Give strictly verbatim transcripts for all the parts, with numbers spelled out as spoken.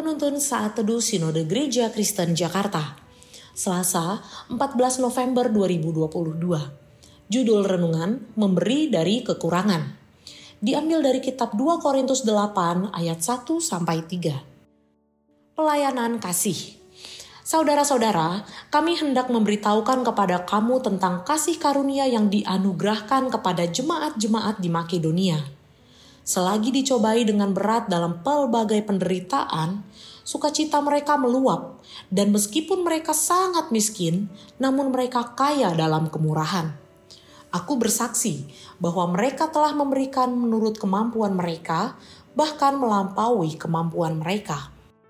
Penuntun Saat Teduh Sinode Gereja Kristen Jakarta, Selasa, empat belas November dua ribu dua puluh dua. Judul renungan, Memberi dari Kekurangan. Diambil dari kitab dua Korintus delapan ayat satu sampai tiga. Pelayanan kasih. Saudara-saudara, kami hendak memberitahukan kepada kamu tentang kasih karunia yang dianugerahkan kepada jemaat-jemaat di Makedonia. Selagi dicobai dengan berat dalam pelbagai penderitaan, sukacita mereka meluap, dan meskipun mereka sangat miskin, namun mereka kaya dalam kemurahan. Aku bersaksi bahwa mereka telah memberikan menurut kemampuan mereka, bahkan melampaui kemampuan mereka.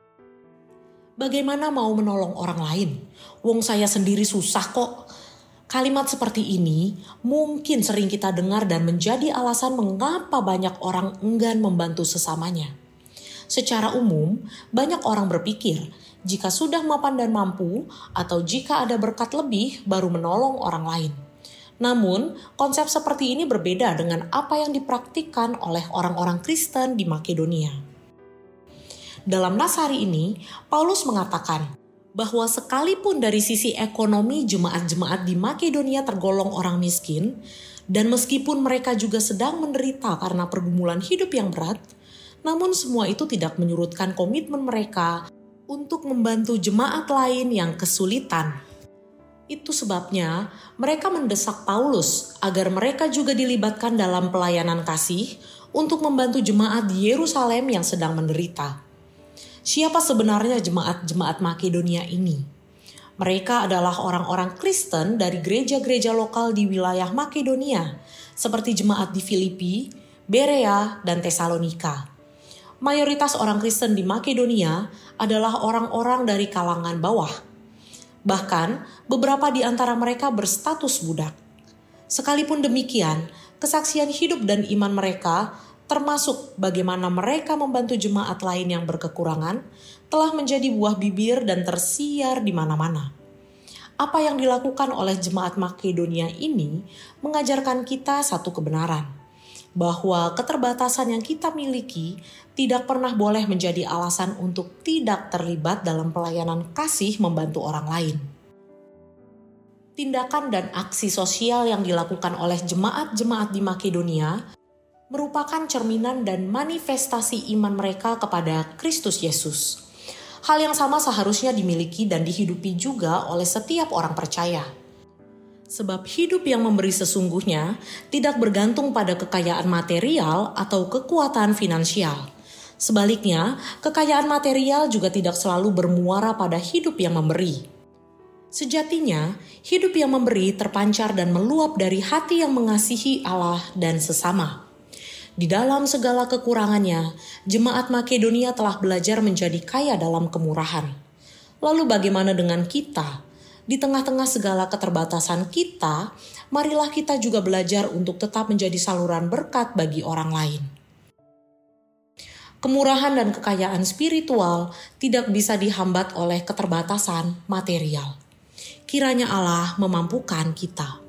Bagaimana mau menolong orang lain? Wong saya sendiri susah kok. Kalimat seperti ini mungkin sering kita dengar dan menjadi alasan mengapa banyak orang enggan membantu sesamanya. Secara umum, banyak orang berpikir jika sudah mapan dan mampu atau jika ada berkat lebih baru menolong orang lain. Namun, konsep seperti ini berbeda dengan apa yang dipraktikkan oleh orang-orang Kristen di Makedonia. Dalam nas hari ini, Paulus mengatakan bahwa sekalipun dari sisi ekonomi jemaat-jemaat di Makedonia tergolong orang miskin, dan meskipun mereka juga sedang menderita karena pergumulan hidup yang berat, namun semua itu tidak menyurutkan komitmen mereka untuk membantu jemaat lain yang kesulitan. Itu sebabnya mereka mendesak Paulus agar mereka juga dilibatkan dalam pelayanan kasih untuk membantu jemaat di Yerusalem yang sedang menderita. Siapa sebenarnya jemaat-jemaat Makedonia ini? Mereka adalah orang-orang Kristen dari gereja-gereja lokal di wilayah Makedonia, seperti jemaat di Filipi, Berea, dan Tesalonika. Mayoritas orang Kristen di Makedonia adalah orang-orang dari kalangan bawah. Bahkan, beberapa di antara mereka berstatus budak. Sekalipun demikian, kesaksian hidup dan iman mereka, termasuk bagaimana mereka membantu jemaat lain yang berkekurangan, telah menjadi buah bibir dan tersiar di mana-mana. Apa yang dilakukan oleh jemaat Makedonia ini mengajarkan kita satu kebenaran, bahwa keterbatasan yang kita miliki tidak pernah boleh menjadi alasan untuk tidak terlibat dalam pelayanan kasih membantu orang lain. Tindakan dan aksi sosial yang dilakukan oleh jemaat-jemaat di Makedonia merupakan cerminan dan manifestasi iman mereka kepada Kristus Yesus. Hal yang sama seharusnya dimiliki dan dihidupi juga oleh setiap orang percaya. Sebab hidup yang memberi sesungguhnya tidak bergantung pada kekayaan material atau kekuatan finansial. Sebaliknya, kekayaan material juga tidak selalu bermuara pada hidup yang memberi. Sejatinya, hidup yang memberi terpancar dan meluap dari hati yang mengasihi Allah dan sesama. Di dalam segala kekurangannya, jemaat Makedonia telah belajar menjadi kaya dalam kemurahan. Lalu bagaimana dengan kita? Di tengah-tengah segala keterbatasan kita, marilah kita juga belajar untuk tetap menjadi saluran berkat bagi orang lain. Kemurahan dan kekayaan spiritual tidak bisa dihambat oleh keterbatasan material. Kiranya Allah memampukan kita.